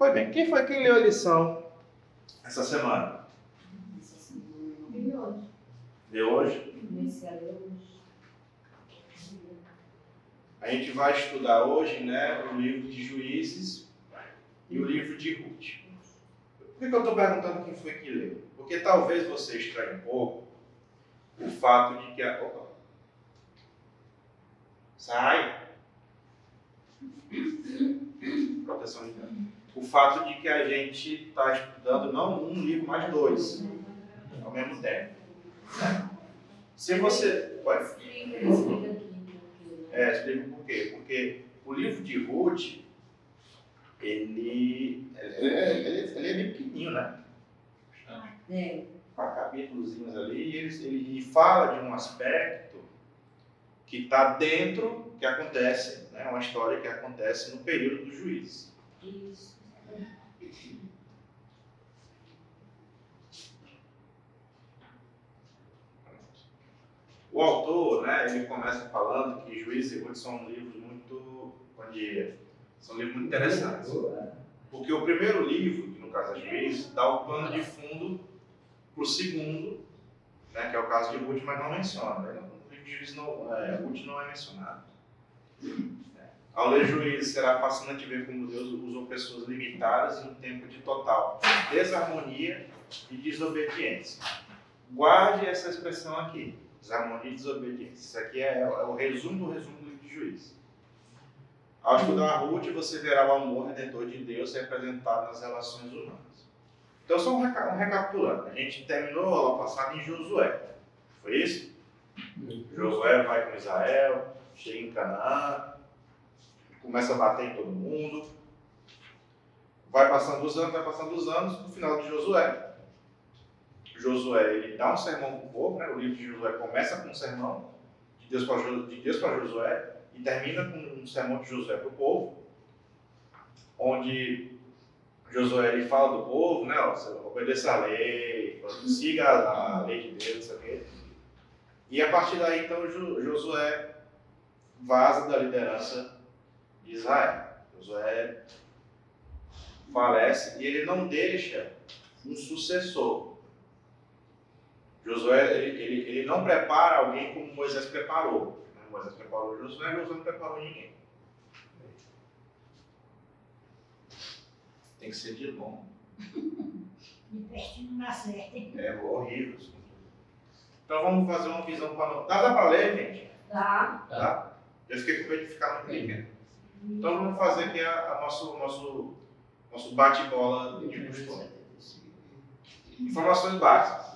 Pois bem, quem foi quem leu a lição essa semana? E hoje? Leu hoje? Comecei a ler hoje. A gente vai estudar hoje, né, o livro de Juízes e o livro de Ruth. Por que eu estou perguntando quem foi que leu? Porque talvez você estranhe um pouco o fato de que a... Opa! Sai! Proteção de câmera. O fato de que a gente está estudando não um livro, mas dois ao mesmo tempo. Se você... Pode? Explica por quê. Porque o livro de Ruth, ele é bem pequenininho, né? É. Com capítulozinhos ali, e ele fala de um aspecto que está dentro, que acontece, né? Uma história que acontece no período dos juízes. Isso. O autor, né, ele começa falando que Juízes e Ruth são livros muito, são livros muito interessantes. Porque o primeiro livro, que no caso é Juízes, dá o pano de fundo para o segundo, né, que é o caso de Ruth, mas não menciona. Né? No livro de Juízes, Ruth não é mencionado. Ao ler Juízes, será fascinante ver como Deus usou pessoas limitadas em um tempo de total desarmonia e desobediência. Guarde essa expressão aqui. Desarmonia e desobediência. Isso aqui é o resumo do livro de Juízes. Ao estudar a Ruth, você verá o amor redentor de Deus representado nas relações humanas. Então, só um recapitulando. A gente terminou a aula passada em Josué. Foi isso? Josué vai com Israel, chega em Canaã, começa a bater em todo mundo. Vai passando os anos, no final de Josué, ele dá um sermão para o povo, né? O livro de Josué começa com um sermão de Deus para Josué e termina com um sermão de Josué para o povo, onde Josué ele fala do povo, né? Ó, obedeça a lei, siga a lei de Deus, não sei o quê. E a partir daí, então, Josué vaza da liderança de Israel. Josué falece e ele não deixa um sucessor. Josué, ele não prepara alguém como Moisés preparou. Moisés preparou Josué não preparou ninguém. Tem que ser de bom. Me peste não dá certo, hein? É horrível. Então vamos fazer uma visão panorâmica. Dá para ler, gente? Tá. Eu fiquei com medo de ficar muito pequeno. Então vamos fazer aqui nosso bate-bola de costume. Informações básicas.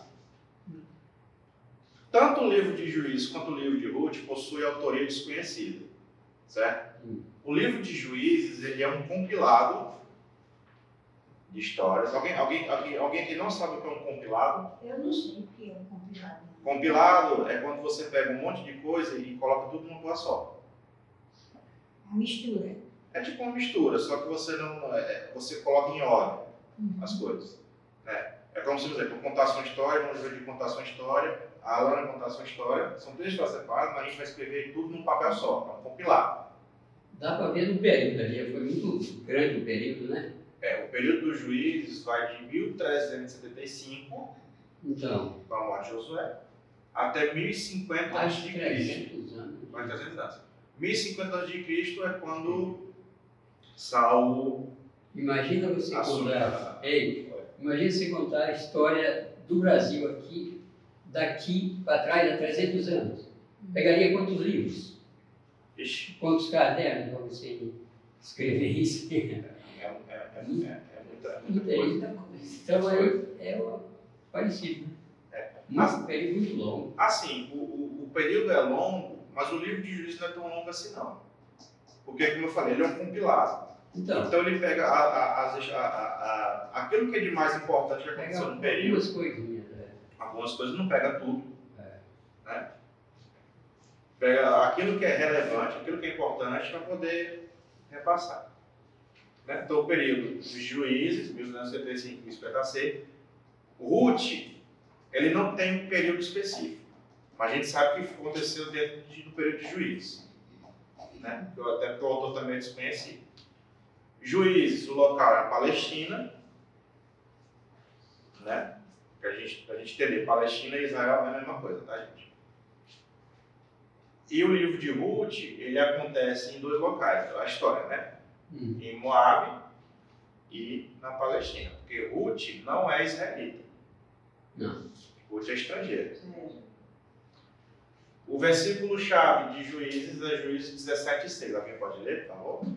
Tanto o livro de Juízes quanto o livro de Ruth possuem autoria desconhecida, certo? O livro de Juízes ele é um compilado de histórias. Alguém aqui não sabe o que é um compilado? Eu não sei o que é um compilado. Compilado é quando você pega um monte de coisa e coloca tudo numa coisa só. Uma mistura. É tipo uma mistura, só que você você coloca em ordem as coisas. É como se, por exemplo, eu contasse uma história, vamos ver de contar uma história, a Alana contar sua história, são 3 histórias separadas, mas a gente vai escrever tudo num papel só, é um compilado. Dá para ver no período ali, foi muito grande o período, né? O período dos juízes vai de 1375, Então, para a morte de Josué, até 1050 mais a.C. de 300 anos. Mais de 300 anos. 1050 a.C. é quando Saul Imagina você assume contar, imagina você contar a história do Brasil aqui, daqui para trás, há 300 anos. Pegaria quantos livros? Ixi. Quantos cadernos para você escrever isso? Muita coisa. Então é parecido. Mas um período muito longo. Assim, o período é longo, mas o livro de Juízes não é tão longo assim não. Porque, como eu falei, ele é um compilado. Então ele pega aquilo que é de mais importante que aconteceu no período. Algumas coisinhas. Algumas coisas não pega tudo. Né? Pega aquilo que é relevante, aquilo que é importante para poder repassar. Né? Então o período dos Juízes, 1275, 1050 a.C. Ruth, ele não tem um período específico. Mas a gente sabe o que aconteceu dentro do período de Juízes. Né? Até porque o autor também é desconhecido. Juízes, o local é a Palestina, né? Pra gente entender, Palestina e Israel é a mesma coisa, tá, gente? E o livro de Ruth, ele acontece em 2 locais, a história, né? Em Moabe e na Palestina. Porque Ruth não é israelita. Não. Ruth é estrangeira. O versículo-chave de Juízes é Juízes 17:6. Alguém pode ler, por favor?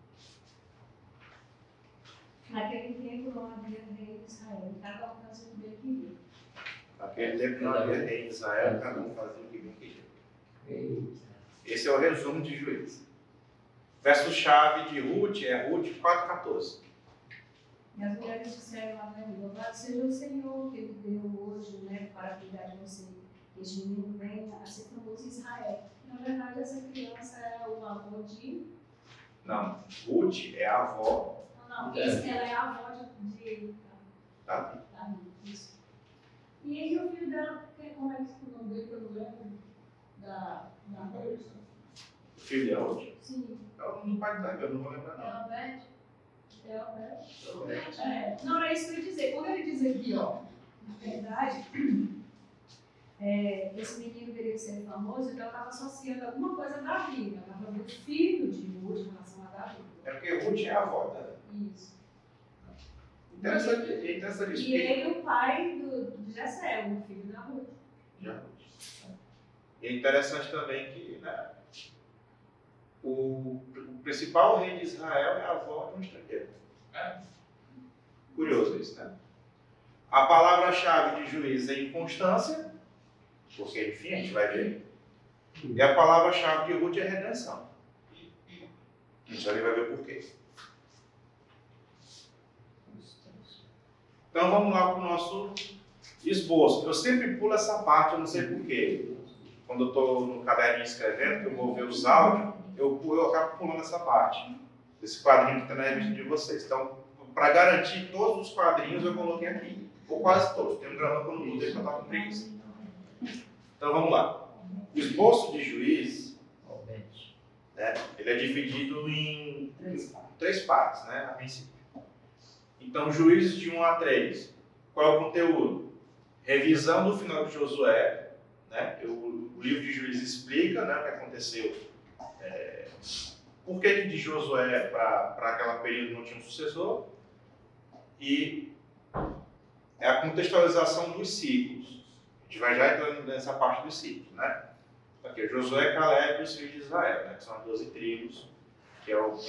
Naquele tempo não havia rei de Israel, cada um fazia o que bem queria. Naquele tempo não havia rei em Israel, cada um fazia o que bem queria. Esse é o resumo de Juízes. Verso-chave de Ruth é Ruth 4:14. E as mulheres disseram a Noemi: louvado seja o Senhor que ele deu hoje, né, para cuidar de você. Que este menino venha a ser famoso em Israel. Na verdade, essa criança é o avô de... Não, Ruth é a avó. Não, ela é a avó de Davi. Isso. E aí o filho dela, como é que o nome dele, que eu não lembro? Da O filho de Ruth? Sim. É o nome do pai dela, eu não vou lembrar não. Não, era isso que eu ia dizer. Quando ele diz aqui, ó, na verdade, esse menino deveria ser famoso, então eu estava associando alguma coisa a Davi. Eu estava do filho de Ruth em relação a Davi. É porque Ruth é a avó dela. Isso. Interessante isso. E ele, o pai de Jessé, o filho da Ruth. E é interessante também que, né, o principal rei de Israel é a avó de um estrangeiro. Curioso isso, né? A palavra-chave de Juízes é inconstância, porque, enfim, a gente vai ver. E a palavra-chave de Ruth é redenção. A gente ali vai ver por quê. Então vamos lá para o nosso esboço. Eu sempre pulo essa parte, eu não sei porquê. Quando eu estou no caderninho escrevendo, que eu vou ver os áudios, eu acabo pulando essa parte. Esse quadrinho que está na revista de vocês. Então, para garantir todos os quadrinhos, eu coloquei aqui. Ou quase todos. Tem um gravador que eu não usei para estar com preguiça. Então vamos lá. O esboço de Juízes, né, ele é dividido em 3 partes, né, a princípio. Então, Juízes de 1 a 3. Qual é o conteúdo? Revisão do final de Josué. Né? O livro de Juízes explica, né, o que aconteceu. Por que de Josué para aquela período não tinha um sucessor. E é a contextualização dos ciclos. A gente vai já entrando nessa parte dos ciclos. Né? Aqui, Josué, Caleb e os filhos de Israel, né, que são as 12 tribos, que é o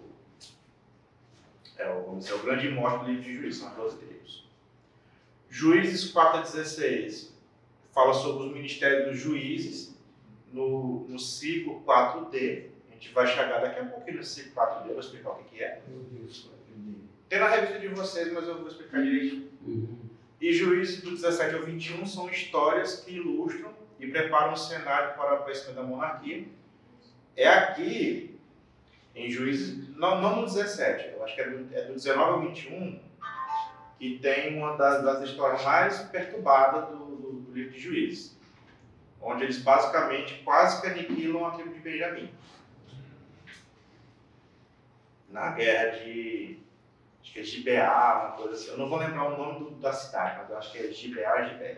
grande mote do livro de Juízes, são as 12 tribos. Juízes 4 a 16 fala sobre os ministérios dos juízes no ciclo 4D. A gente vai chegar daqui a pouquinho no ciclo 4D, eu vou explicar o que é. Tem na revista de vocês, mas eu vou explicar direitinho. E Juízes do 17 ao 21 são histórias que ilustram e preparam o cenário para o aparecimento da monarquia. É aqui, em Juízes, não no 17, eu acho que é do 19 ao 21, que tem uma das histórias mais perturbadas do livro de Juízes, onde eles basicamente quase que aniquilam a tribo de Benjamim. Na guerra de, acho que é Gibeá, uma coisa assim, eu não vou lembrar o nome da cidade, mas eu acho que é Gibeá ou Gibeá.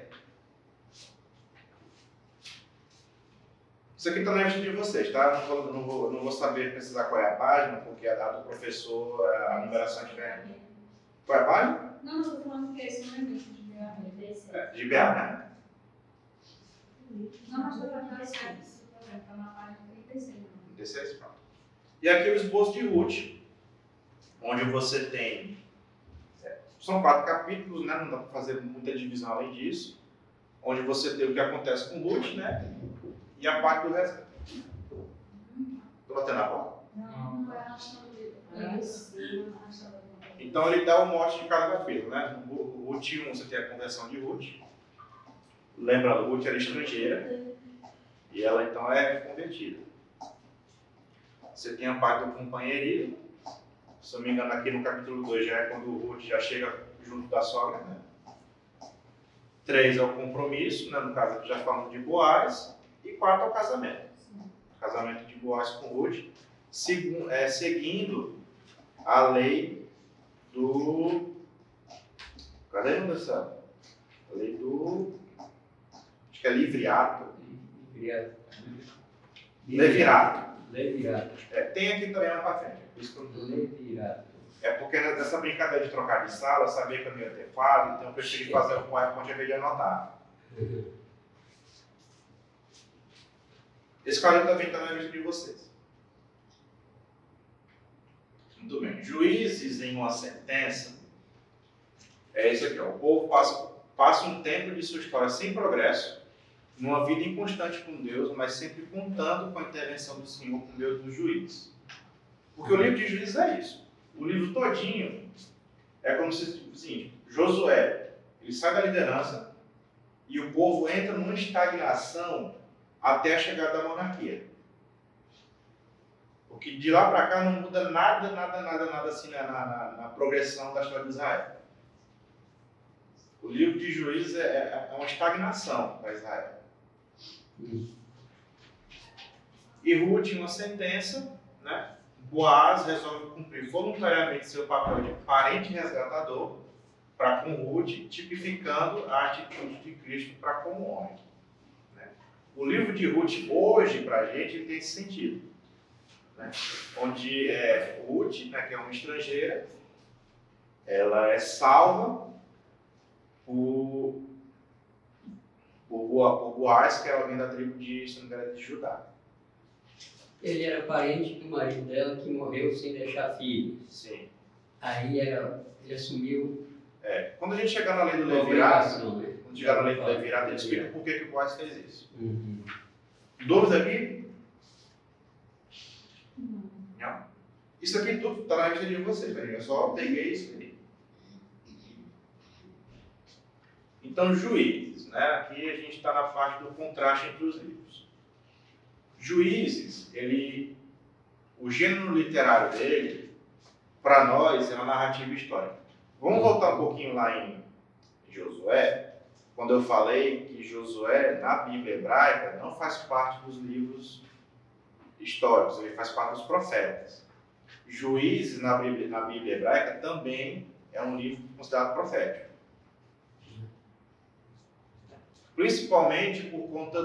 Isso aqui está na lista de vocês, tá? Não vou saber precisar qual é a página, porque a data do professor, a numeração é diferente. Qual é a página? Não, estou falando que esse não é livro de BA. De BA, né? Não, mas está na página 36. 36, pronto. E aqui é o esboço de Ruth, onde você tem... São 4 capítulos, né? Não dá para fazer muita divisão além disso. Onde você tem o que acontece com Ruth, né? E a parte do resgate. Estou batendo a bola? Não é a chave dele. Então ele dá o mote de cada capítulo, né? No Ruth 1 você tem a conversão de Ruth. Lembrando, Ruth era estrangeira. E ela então é convertida. Você tem a parte do companheirismo. Se não me engano, aqui no capítulo 2 já é quando o Ruth já chega junto da sogra, né? 3 é o compromisso, né? No caso aqui já falamos de Boaz. E 4 é o casamento. O casamento de Boaz com Ruth, seguindo a lei do... Cadê, meu Deus? A lei do... Acho que é livreato. Levirato. Tem aqui também lá para frente. Levirato. É porque nessa brincadeira de trocar de sala, eu sabia que eu não ia ter quadro, então eu preferi fazer o PowerPoint ao invés de anotar. Esse quadro também está na lista de vocês. Muito bem. Juízes em uma sentença. É isso aqui, ó. O povo passa um tempo de sua história sem progresso, numa vida inconstante com Deus, mas sempre contando com a intervenção do Senhor por meio dos juízes. Porque o livro de Juízes é isso. O livro todinho é como se fosse assim, Josué, ele sai da liderança e o povo entra numa estagnação até a chegada da monarquia. Porque de lá para cá não muda nada assim na progressão da história de Israel. O livro de Juízes é uma estagnação para Israel. E Ruth, em uma sentença, né? Boaz resolve cumprir voluntariamente seu papel de parente resgatador para com Ruth, tipificando a atitude de Cristo para com o homem. Né? O livro de Ruth, hoje, para a gente, tem esse sentido. Né? Onde Ruth, né, que é uma estrangeira, ela é salva por Boaz, que é alguém da tribo de Judá. Ele era parente do marido dela que morreu sem deixar filhos. Sim. Aí ele assumiu. Quando a gente chegar na lei do Levirato, ele explica por que o Boaz fez isso. Dúvida aqui? Não. Isso aqui tudo está na lista de vocês, né? Eu só peguei isso aqui. Então, Juízes, né? Aqui a gente está na parte do contraste entre os livros. Juízes, o gênero literário dele, para nós, é uma narrativa histórica. Vamos voltar um pouquinho lá em Josué, quando eu falei que Josué, na Bíblia hebraica, não faz parte dos livros históricos, ele faz parte dos profetas. Juízes, na Bíblia hebraica, também é um livro considerado profético. Principalmente por conta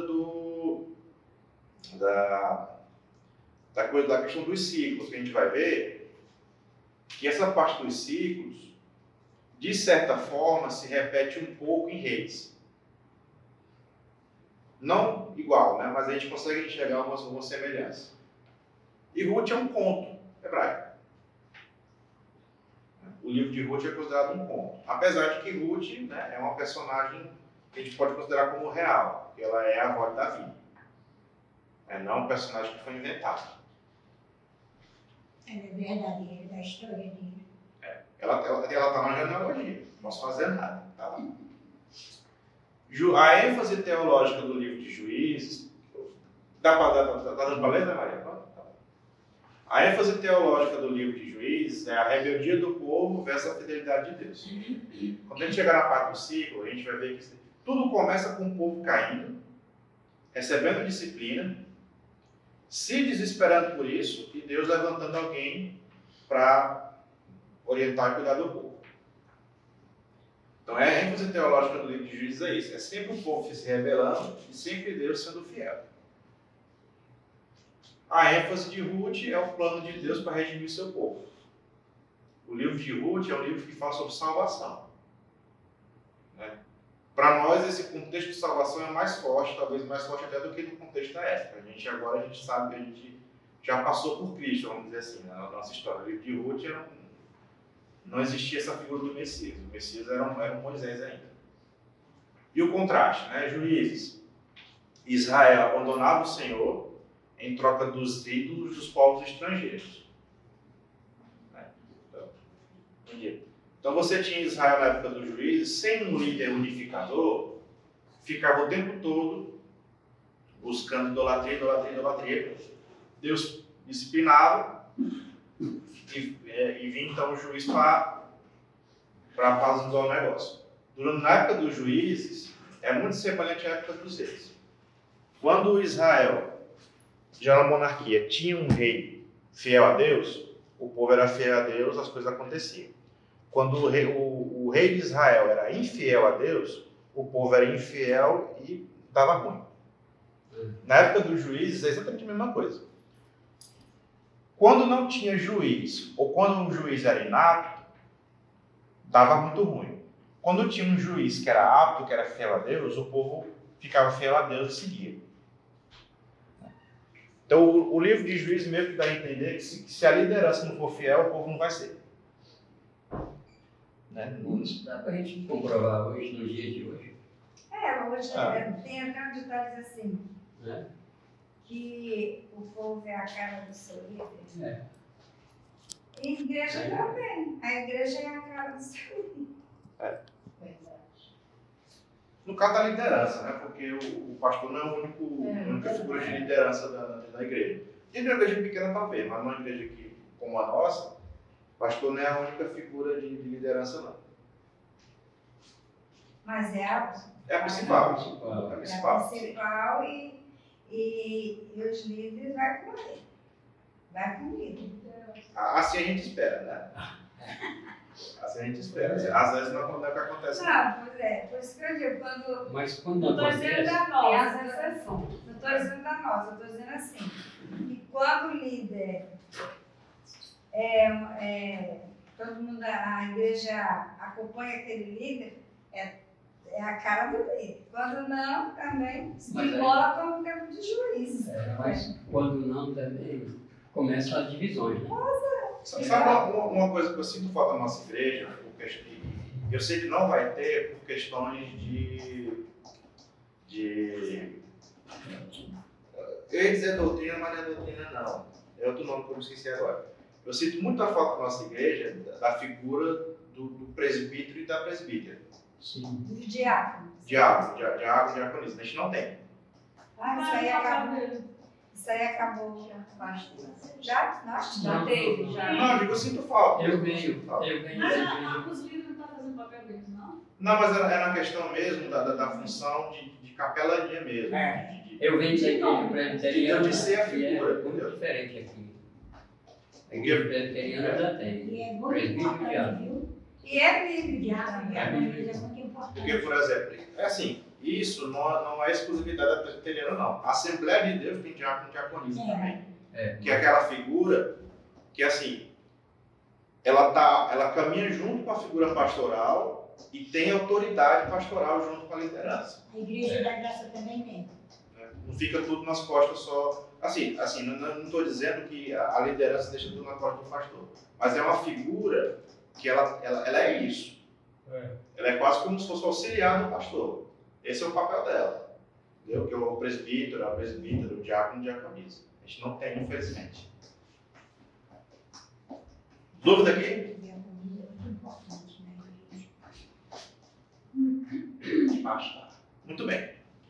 da questão dos ciclos, que a gente vai ver que essa parte dos ciclos, de certa forma, se repete um pouco em Reis. Não igual, né? Mas a gente consegue enxergar algumas semelhanças. E Ruth é um conto hebraico. O livro de Ruth é considerado um conto. Apesar de que Ruth, né, é uma personagem que a gente pode considerar como real, porque ela é a avó de Davi. Não um personagem que foi inventado. Ela é verdadeira da história dele. Ela está na genealogia, não posso fazer nada. Tá lá. A ênfase teológica do livro de Juízes. Tá dando para ler, né, Maria? A ênfase teológica do livro de Juízes é a rebeldia do povo versus a fidelidade de Deus. Quando a gente chegar na parte do ciclo, a gente vai ver que tudo começa com o povo caindo, recebendo disciplina, se desesperando por isso, e Deus levantando alguém para orientar e cuidar do povo. Então, a ênfase teológica do livro de Juízes é isso. É sempre o povo se rebelando e sempre Deus sendo fiel. A ênfase de Ruth é o plano de Deus para redimir seu povo. O livro de Ruth é um livro que fala sobre salvação. Né? Para nós, esse contexto de salvação é mais forte, talvez mais forte até do que no contexto da época. A gente sabe que a gente já passou por Cristo, vamos dizer assim, na nossa história. O livro de Ruth não existia essa figura do Messias. O Messias era Moisés ainda. E o contraste, né? Juízes. Israel abandonava o Senhor em troca dos ídolos dos povos estrangeiros. Né? Então você tinha Israel na época dos Juízes, sem um líder unificador, ficava o tempo todo buscando idolatria. Deus disciplinava e vinha então o juiz para apaziguar o negócio. Na época dos Juízes, é muito semelhante à época dos reis. Quando Israel, já na monarquia, tinha um rei fiel a Deus, o povo era fiel a Deus, as coisas aconteciam. Quando o rei de Israel era infiel a Deus, o povo era infiel e dava ruim. Na época dos juízes é exatamente a mesma coisa. Quando não tinha juiz, ou quando o juiz era inapto, dava muito ruim. Quando tinha um juiz que era apto, que era fiel a Deus, o povo ficava fiel a Deus e seguia. Então o livro de Juízes mesmo dá a entender que se a liderança não for fiel, o povo não vai ser. Né? Isso dá para a gente comprovar hoje, nos dias de hoje. Hoje tem até um ditado assim, que o povo é a cara do seu líder. E a igreja também. A igreja é a cara do seu líder. Verdade. No caso da liderança, né? Porque o pastor não é a única figura de liderança da igreja. Tem uma igreja pequena talvez, mas numa igreja que, como a nossa, o pastor não é a única figura de liderança, não. Mas é a principal. É a principal. É a principal e os líderes vai com ele. Vai com ele. Assim a gente espera, né? Assim a gente espera. Às vezes não é o que acontece. Não, pois é. Por isso que eu digo, quando... Mas quando Não estou dizendo da nossa, Tem as exceções. não estou dizendo da nossa, eu estou dizendo assim, que quando o líder todo mundo, a igreja acompanha aquele líder, é a cara do líder. Quando não, também se embola como um tempo de juízo. Mas quando não, também começam as divisões, né? Sabe uma coisa que eu sinto falta na nossa igreja, eu sei que não vai ter por questões de eu ia dizer doutrina, mas não é doutrina não. É outro nome que eu me esqueci agora. Eu sinto muita falta na nossa igreja da figura do presbítero e da presbítera. Sim. Dos diáconos. Diácono, diaconisa. A gente não tem. Isso aí acabou. Isso aí acabou. Já? Nós? Já teve, já. Não, eu digo, eu sinto falta. Eu venho da Mas igreja. os líderes não estão fazendo papel deles, não? Não, mas era uma questão mesmo da função de capelania mesmo. Eu venho da igreja presbiteriana. De ser a e é figura, muito entendeu? diferente aqui. A igreja presbiteriana já tem. E é muito Presbítero e importante, diácono. viu? E é bíblico também. Diácono, é muito importante. Porque, por exemplo, é assim, isso não é exclusividade da presbiteriana, não. A Assembleia de Deus tem diácono e diaconisa também. Que é aquela figura que, assim, ela caminha junto com a figura pastoral e tem autoridade pastoral junto com a liderança. A igreja da graça também tem. Não fica tudo nas costas só. Assim não estou dizendo que a liderança deixa tudo na costa do pastor. Mas é uma figura que ela é isso. Ela é quase como se fosse auxiliar do pastor. Esse é o papel dela. Entendeu? Que é o presbítero, a presbítera, o diácono e a diaconisa. A gente não tem, infelizmente. Dúvida aqui? Muito bem.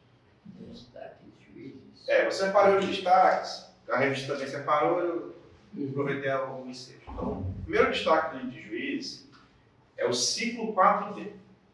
Eu separei os destaques. A revista também separou, eu aproveitei o ensejo. Então, o primeiro destaque de Juízes é o ciclo 4D.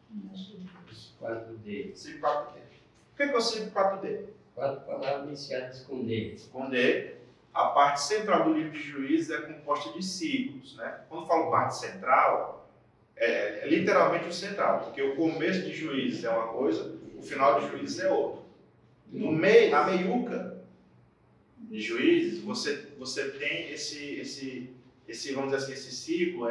4D. Ciclo 4D. O que é o ciclo 4D? 4 palavras iniciadas com D. Com D. A parte central do livro de Juízes é composta de ciclos. Né? Quando eu falo parte central, é literalmente o central, porque o começo de Juízes é uma coisa, o final de Juízes é outra. No meio, na meiuca de Juízes, você tem esse vamos dizer assim, esse ciclo,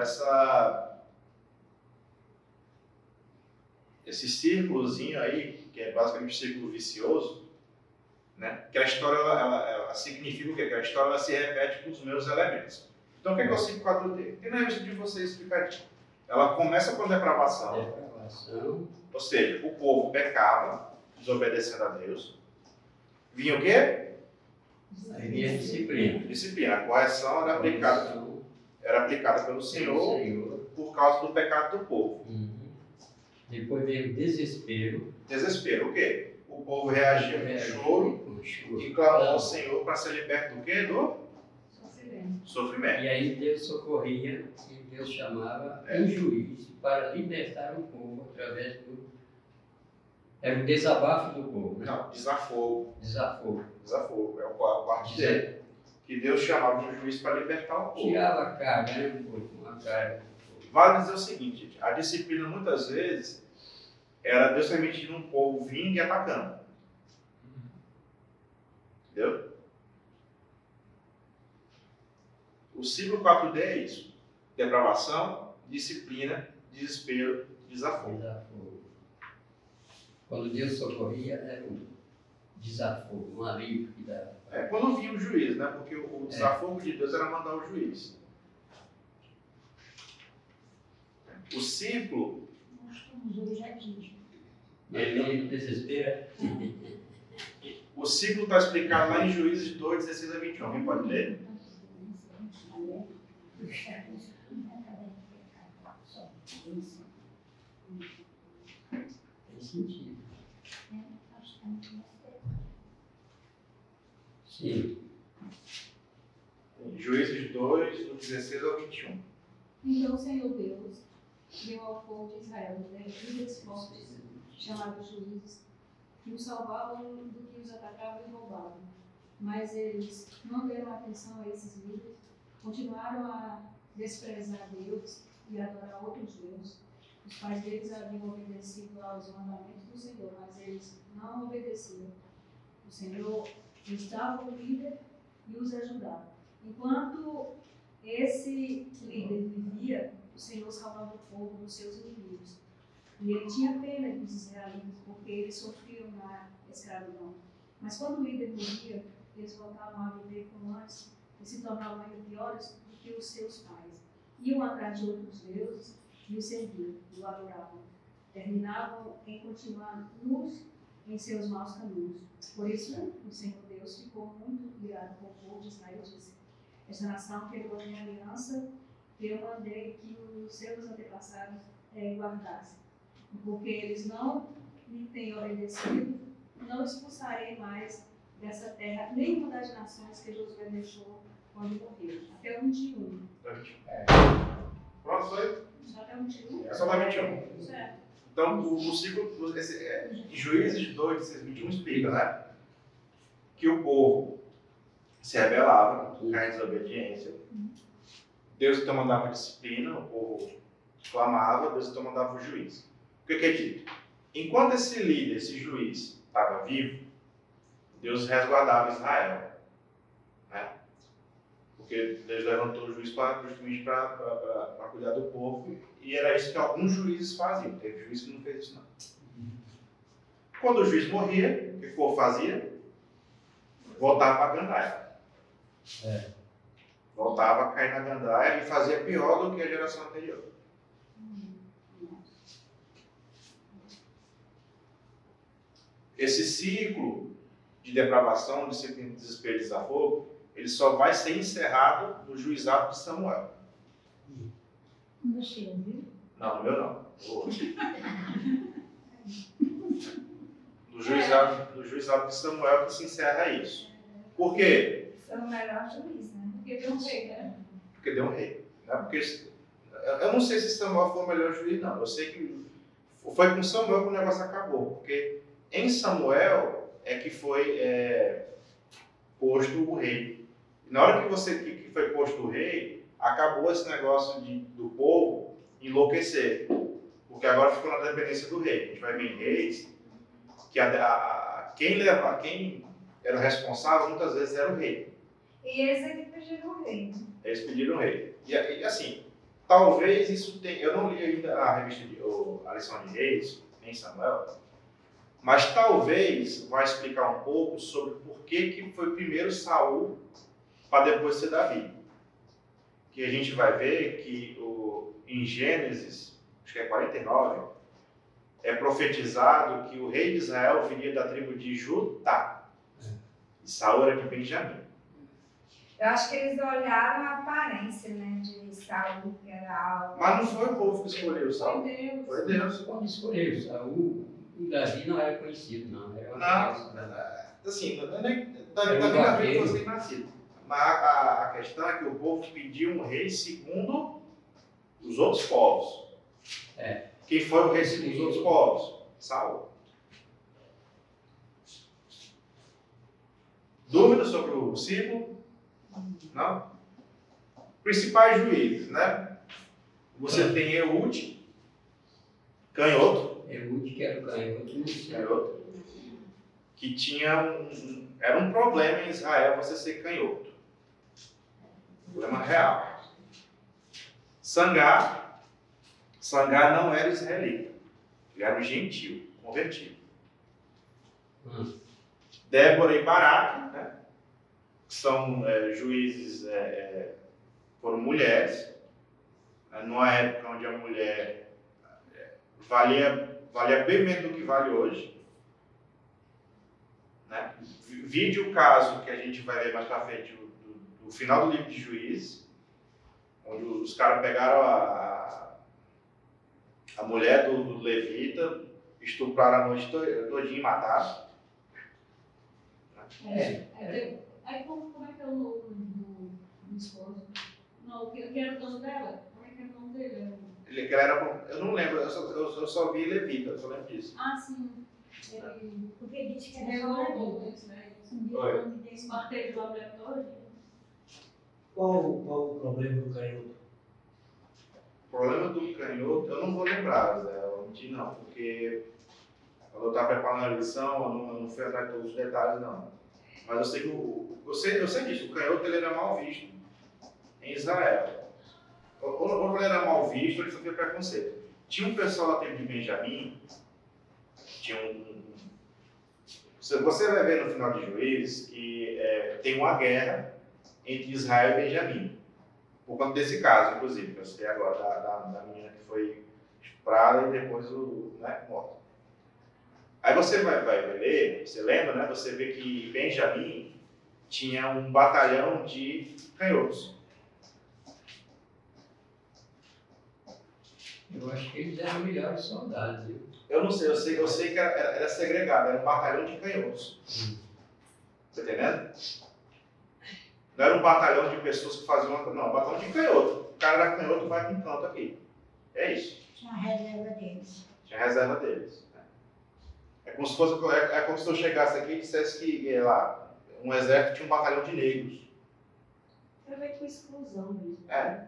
esse círculozinho aí, que é basicamente um círculo vicioso, né? Que a história ela significa o quê? Que a história ela se repete com os mesmos elementos. Então o que é o ciclo 4D? Tem na revista de vocês explicadinho. Ela começa com depravação, ou seja, o povo pecava, desobedecendo a Deus. Vinha o quê? Vinha disciplina. Disciplina. A correção era aplicada pelo Senhor por causa do pecado do povo. Depois veio o desespero. Desespero, o quê? O povo reagia com choro e clamou ao Senhor para ser liberto do quê? Do sofrimento. E aí Deus socorria e Deus chamava um juiz para libertar o povo através do... Era o desabafo do povo. Né? Não, desafogo. Desafogo. Desafogo, é o quarto dele. que Deus chamava de um juiz para libertar o povo. Tirava a carga, né? Uma carga. Vale dizer o seguinte, gente, a disciplina muitas vezes era Deus permitindo um povo vindo e atacando. Entendeu? O ciclo 4D é isso. Depravação, disciplina, desespero, desafogo. Quando Deus socorria, era um desafogo, um alívio que dava. Quando vinha o juiz, né? Porque o desafogo de Deus era mandar o juiz. O ciclo... Ele desespera. O ciclo está explicado lá em Juízes 2, 16 a 21. Alguém pode ler? Tem sentido. Sim. Juízes 2, do 16 ao 21. Então o Senhor Deus deu ao povo de Israel líderes fortes, chamados juízes, que os salvavam do que os atacavam e roubavam. Mas eles não deram atenção a esses líderes, continuaram a desprezar Deus e adorar outros deuses. Os pais deles haviam obedecido aos mandamentos do Senhor, mas eles não obedeciam. O Senhor lhes dava o líder e os ajudava. Enquanto esse líder vivia, o Senhor salvava o povo dos seus inimigos. E ele tinha pena dos israelitas, porque eles sofriam na escravidão. Mas quando o líder morria, eles voltavam a viver como antes e se tornavam ainda piores do que os seus pais. Iam atrás de outros deuses e o serviam, e o adoravam. Terminavam em continuar nus em seus maus caminhos. Por isso, o Senhor Deus ficou muito irado com o povo de Israel e disse: esta nação quebrou a minha aliança que eu mandei que os seus antepassados guardassem. Porque eles não me têm obedecido, não expulsarei mais dessa terra nenhuma das nações que Josué deixou quando morreu. Até o 21. Pronto, foi? Só até o 21? É só até 21. Certo. Então, o ciclo de Juízes 2, 16 21 explica, né? Que o povo se rebelava, caía em desobediência. Deus então mandava disciplina, o povo clamava, Deus então mandava o juiz. O que é dito? Enquanto esse líder, esse juiz, estava vivo, Deus resguardava Israel. Né? Porque Deus levantou o juiz justamente para cuidar do povo, e era isso que alguns juízes faziam. Teve juiz que não fez isso, não. Quando o juiz morria, o que o povo fazia? Voltava para a gandaia. Voltava a cair na gandaia e fazia pior do que a geração anterior. Esse ciclo de depravação, disciplina, desespero e desafogo, ele só vai ser encerrado no juizado de Samuel. No seu, viu? Não, no meu não. No juizado de Samuel que se encerra isso. Por quê? Foi o melhor juiz, né? Porque deu um rei, né? Porque deu um rei. Né? Porque, eu não sei se Samuel foi o melhor juiz, não. Eu sei que foi com Samuel que o negócio acabou. Porque em Samuel é que foi posto o rei. E na hora que foi posto o rei, acabou esse negócio do povo enlouquecer. Porque agora ficou na dependência do rei. A gente vai ver em Reis que quem era o responsável muitas vezes era o rei. E eles é que pediram o rei. Eles pediram o rei. E assim, talvez isso tenha... Eu não li ainda a lição de Reis, nem Samuel, mas talvez vai explicar um pouco sobre por que foi primeiro Saul para depois ser Davi. Que a gente vai ver que em Gênesis, acho que é 49, é profetizado que o rei de Israel viria da tribo de Judá. E Saul era de Benjamim. Eu acho que eles olharam a aparência, né, de Saul, que era algo... Mas não foi o povo que escolheu Saul. Foi Deus. Foi Deus. Quando escolheram Saul, o Davi não era conhecido, não. Era uma Assim, Davi na vida fosse nascido. Mas a questão é que o povo pediu um rei segundo os outros povos. Quem foi o rei segundo os outros povos? Saul. Dúvidas sobre o ciclo? Não? Principais juízes, né? Você tem Eude, canhoto. Eude, que era o canhoto. Canhoto. Que tinha era um problema em Israel você ser canhoto. Problema real. Sangar não era israelita. Ele era um gentil, convertido. Débora e Baraque, né? Que são juízes, foram mulheres, né? Numa época onde a mulher valia bem menos do que vale hoje. Né? Vide o caso que a gente vai ver mais pra frente, do final do livro de Juízes, onde os caras pegaram a mulher do levita, estupraram a noite todinha e mataram. Aí como é que é o nome do esposo? Não, que era o dono dela? Como é que é o nome dele? Eu não lembro, eu só vi levita, eu só lembro disso. Ah, sim. Porque diz que Ele era rolou isso, né? Espartejou a mulher toda. Qual o problema do canhoto? O problema do canhoto, eu não vou lembrar, Zé, não, porque quando eu estava preparando a lição, eu não fui atrás de todos os detalhes, não. Mas eu sei que eu sei disso, o canhoto ele era mal visto em Israel. Ou ele era mal visto, ele sofria preconceito. Tinha um pessoal lá tempo de Benjamim, você vai ver no final de Juízes que tem uma guerra entre Israel e Benjamim. Por conta desse caso, inclusive, que eu citei agora, da menina que foi estuprada e depois morta. Aí você vai ler, você lembra, né? Você vê que Benjamim tinha um batalhão de canhotos. Eu acho que eles eram melhores soldados, viu? Eu não sei, eu sei que era segregado, era um batalhão de canhotos. Tá entendendo? Não era um batalhão de pessoas que faziam uma coisa, não, um batalhão de canhoto. O cara era canhoto, vai com um canto aqui. É isso. Tinha a reserva deles. Tinha a reserva deles. É como se fosse, é como se eu chegasse aqui e dissesse que lá, um exército tinha um batalhão de negros. Era meio com exclusão mesmo.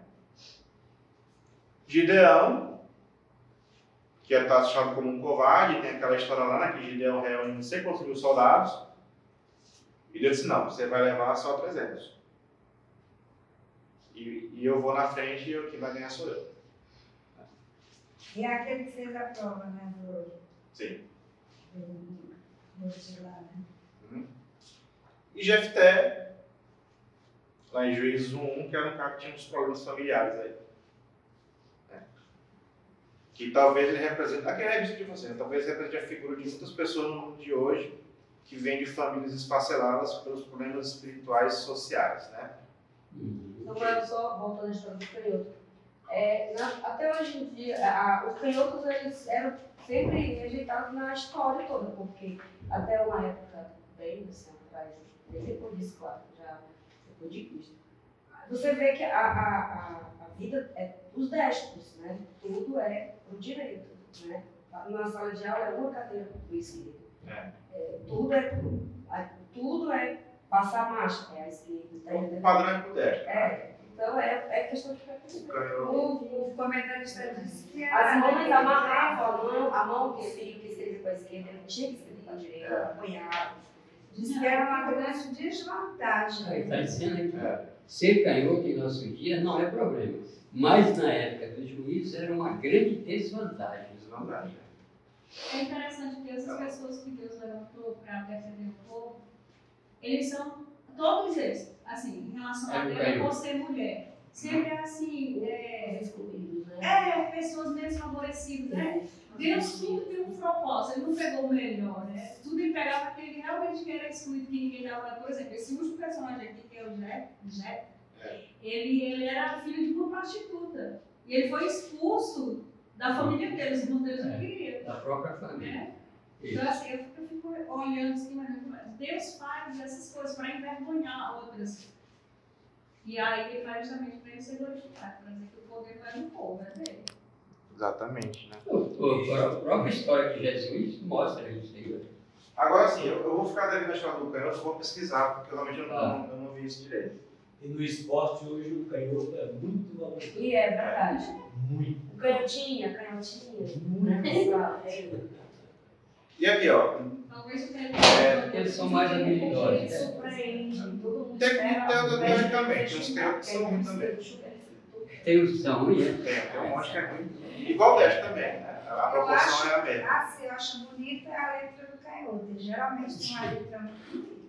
Gideão, que é taxado como um covarde, tem aquela história lá, né, que Gideão reúne não sei quantos mil soldados, e Deus disse, não, você vai levar só 300. E eu vou na frente e quem vai ganhar sou eu. E é aquele que fez a prova, né? Sim. Do lá, né? E Jefté, lá em Juízes 1, que era um cara que tinha uns problemas familiares aí. Que talvez ele represente, aqui é a revista de você, né? Talvez represente a figura de muitas pessoas no mundo de hoje que vêm de famílias esfaceladas pelos problemas espirituais e sociais, né? Então, só voltando à história do canhoto. Até hoje em dia, os canhotos eles eram sempre rejeitados na história toda, porque até uma época bem assim, atrás, bem depois disso, claro, já depois de Cristo, você vê que a vida é dos destros, né? Tudo é pro direito, né? Na sala de aula é uma cadeira pro esquerdo. Tudo é passar a marcha, é a esquerda. O padrão é pro destro. Então é questão de preconceito. O comentarista disse que As mães amarravam a mão que ele queria escrever para a esquerda, ele tinha que escrever para a direita, apanhava. disse que era uma grande desvantagem. Aí está dizendo que ser canhoto em nosso dia não é problema. Mas na época dos juízes era uma grande desvantagem. É interessante que essas pessoas que Deus levantou para defender o povo, eles são, todos eles, assim, em relação a Deus, por ser mulher. Sempre assim, Excluídos, né? pessoas desfavorecidas, né? Deus tudo tem um propósito, ele não pegou o melhor, né? Tudo ele pegava aquele realmente que era excluído, que ninguém dava. Por exemplo, esse último personagem aqui, que é o Jé, ele era filho de uma prostituta. E ele foi expulso da família dele, os irmãos deles não queriam. Da própria família. Então, assim, eu fico olhando assim, mas Deus faz essas coisas para envergonhar outras. E aí ele faz justamente para ele ser glorificado, para dizer que o poder vai no povo, é dele. Exatamente, né? A própria história de Jesus mostra isso aí. Agora sim, eu vou ficar devendo a história do canhoto, eu vou pesquisar, porque realmente eu não vi isso direito. E no esporte hoje o canhoto é muito valorizado. E é verdade. Muito. O canhotinha. Né? E aqui, ó, Talvez o Eles são mais habilidosos. Ele surpreende. Todo mundo teoricamente, uns canhotos são ruins também. Tem os que são ruins, né? Tem um monte que é ruim. Igual o deste também, né? A proporção é a mesma. Assim, eu acho bonita a letra do canhoto. Geralmente tem uma letra muito bonita.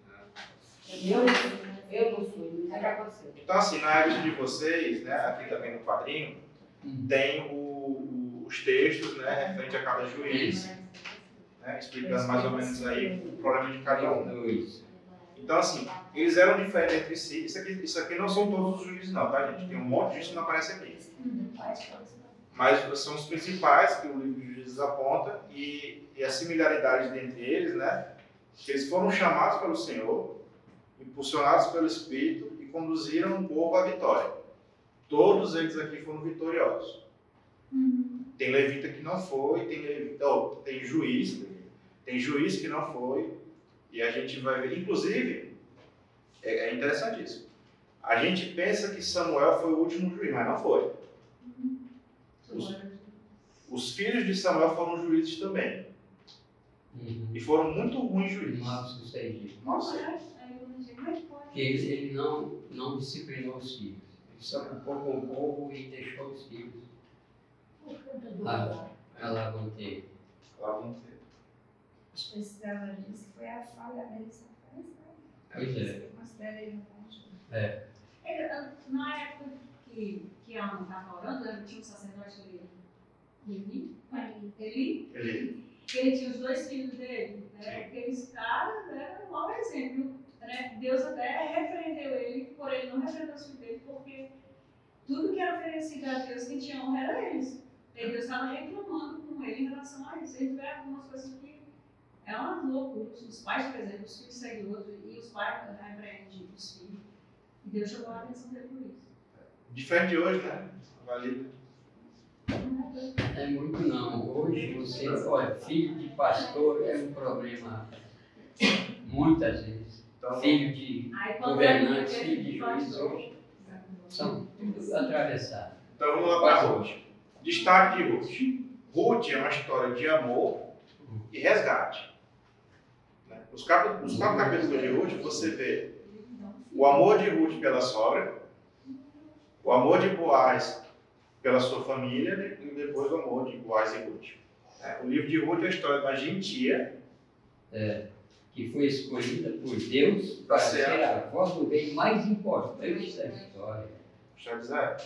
Eu não fui, não sei o que aconteceu. Então, assim, na revista de vocês, né, aqui também no quadrinho, tem os textos, né, referente a cada juiz, né, explicando mais ou menos aí o problema de cada um. Então, assim, eles eram diferentes entre si. Isso aqui não são todos os juízes, não, tá, gente? Tem um monte de juízes que não aparece aqui. Mas são os principais que o livro de juízes aponta e as similaridades entre eles, né, que eles foram chamados pelo Senhor, impulsionados pelo Espírito e conduziram o povo à vitória. Todos eles aqui foram vitoriosos. Tem levita que não foi, tem juiz que não foi, e a gente vai ver, inclusive, é interessantíssimo. A gente pensa que Samuel foi o último juiz, mas não foi. Os filhos de Samuel foram juízes também. E foram muito ruins juízes. Nossa. Porque ele não disciplinou os filhos. Ele se ocupou com o povo e deixou os filhos. Lá vão ter. Os pesquisadores dizem que foi a falha deles. Pois é. Considera ele um Na época que a Ana estava orando, tinha um sacerdote Eli, ele tinha os dois filhos dele, né? Aqueles caras eram um mau exemplo. Né? Deus até repreendeu ele por ele não repreender os filhos dele, porque tudo que era oferecido a Deus, quem tinha honra era eles. E Deus estava reclamando com ele em relação a isso. Ele vê algumas coisas que é uma loucura. Os pais, por exemplo, os filhos seguem outro e os pais repreendem os filhos. E Deus chamou a atenção dele por isso. Diferente de hoje, né? Valida. É muito não. Hoje você, olha, filho de pastor é um problema muitas vezes. Então, Filho de governantes, filho de juiz hoje, são tudo atravessados. Então vamos lá para Ruth. Destaque de Ruth. Ruth é uma história de amor e resgate. Os quatro capítulos de Ruth, você vê o amor de Ruth pela sogra, o amor de Boaz pela sua família e depois o amor de Boaz e Ruth. O livro de Ruth é a história de uma gentia que foi escolhida por Deus para ser a voz do rei mais importante da história. Deixa eu dizer.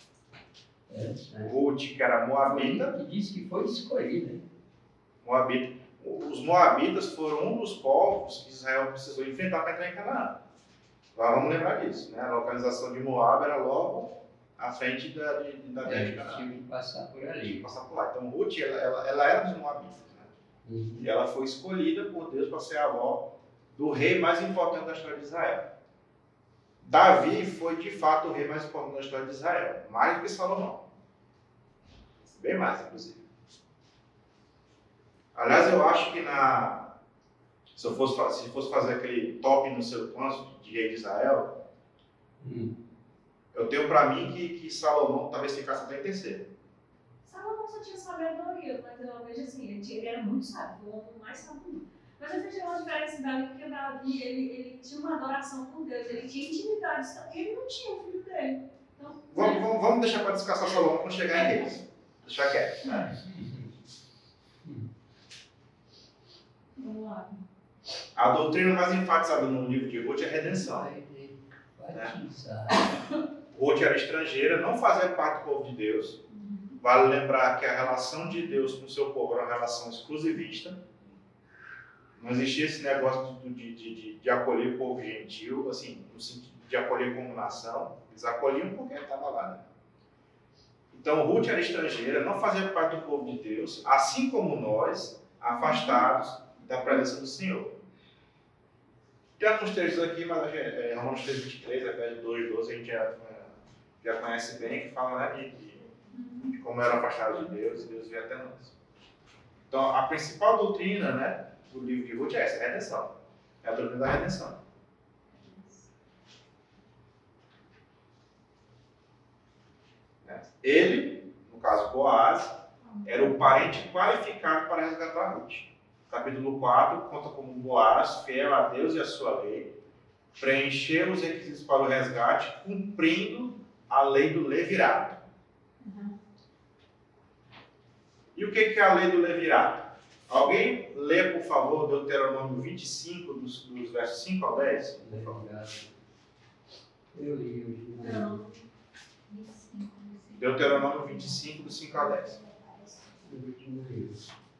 Ruth, que era moabita. Que disse que foi escolhida. Moabita. Os moabitas foram um dos povos que Israel precisou enfrentar para entrar em Canaã. Agora vamos lembrar disso, né? A localização de Moab era logo à frente da terra de Canaã. Tinha que passar por ali. Passar por lá. Então Ruth, ela era dos moabitas, né? E ela foi escolhida por Deus para ser a avó do rei mais importante da história de Israel. Davi foi de fato o rei mais importante da história de Israel, mais do que Salomão. Bem mais, inclusive. Aliás, eu acho que se fosse fazer aquele top no seu quanto de rei de Israel, eu tenho para mim que Salomão talvez ficasse até em terceiro. Salomão só tinha sabedoria, mas eu vejo assim, ele era muito sábio, foi o homem mais sábio do mundo. Mas eu vejo uma diferença em Davi, porque Davi, ele tinha uma adoração com Deus, ele tinha intimidade, ele não tinha o filho dele. Então, vamos deixar para descansar Salomão quando chegar em Reis. Deixa quieto. Vamos lá. A doutrina mais enfatizada no livro de Ruth é a redenção. Ruth era estrangeira, não fazia parte do povo de Deus. Vale lembrar que a relação de Deus com o seu povo era uma relação exclusivista. Não existia esse negócio de acolher o povo gentil, assim, no sentido de acolher como nação. Eles acolhiam porque ele estava lá, né? Então, Ruth era estrangeira, não fazia parte do povo de Deus, assim como nós, afastados da presença do Senhor. Tem alguns textos aqui, mas Romanos 3:23, Efésios 2:12, a gente já conhece bem, que fala, né, de como eram afastados de Deus e Deus veio até nós. Então, a principal doutrina, né, do livro de Ruth é essa, a redenção. É a doutrina da redenção. Ele, no caso Boaz, era o parente qualificado para resgatar Ruth. Capítulo 4 conta como Boaz, fiel a Deus e a sua lei, preencheu os requisitos para o resgate, cumprindo a lei do levirato. E o que é a lei do levirato? Alguém lê, por favor, Deuteronômio 25, dos versos 5 ao 10? Por favor. Eu li hoje. Deuteronômio 25, dos 5 ao 10. O último livro.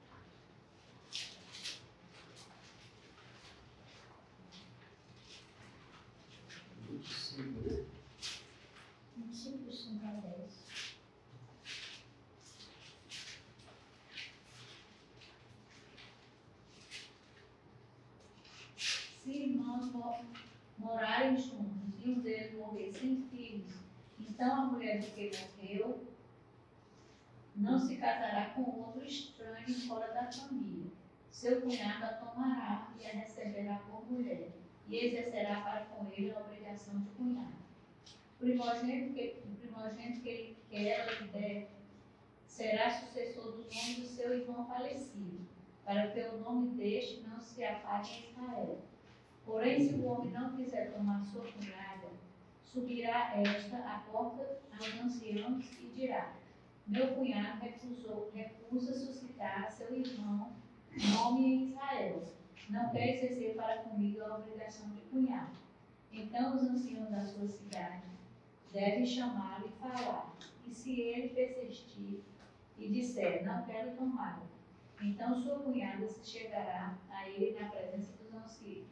Se irmãos morarem juntos e um deles morrer sem filhos, então a mulher do que morreu não se casará com outro estranho fora da família. Seu cunhado a tomará e a receberá por mulher, e exercerá para com ele a obrigação de cunhado. O primogênito que ela lhe der será sucessor do nome do seu irmão falecido, para que o nome deste não se apague em Israel. Porém, se o homem não quiser tomar sua cunhada, subirá esta à porta aos anciãos e dirá: meu cunhado recusa suscitar a seu irmão nome em Israel. Não quer exercer para comigo a obrigação de cunhado. Então os anciãos da sua cidade devem chamá-lo e falar. E se ele persistir e disser: não quero tomá-la, então sua cunhada se chegará a ele na presença dos anciãos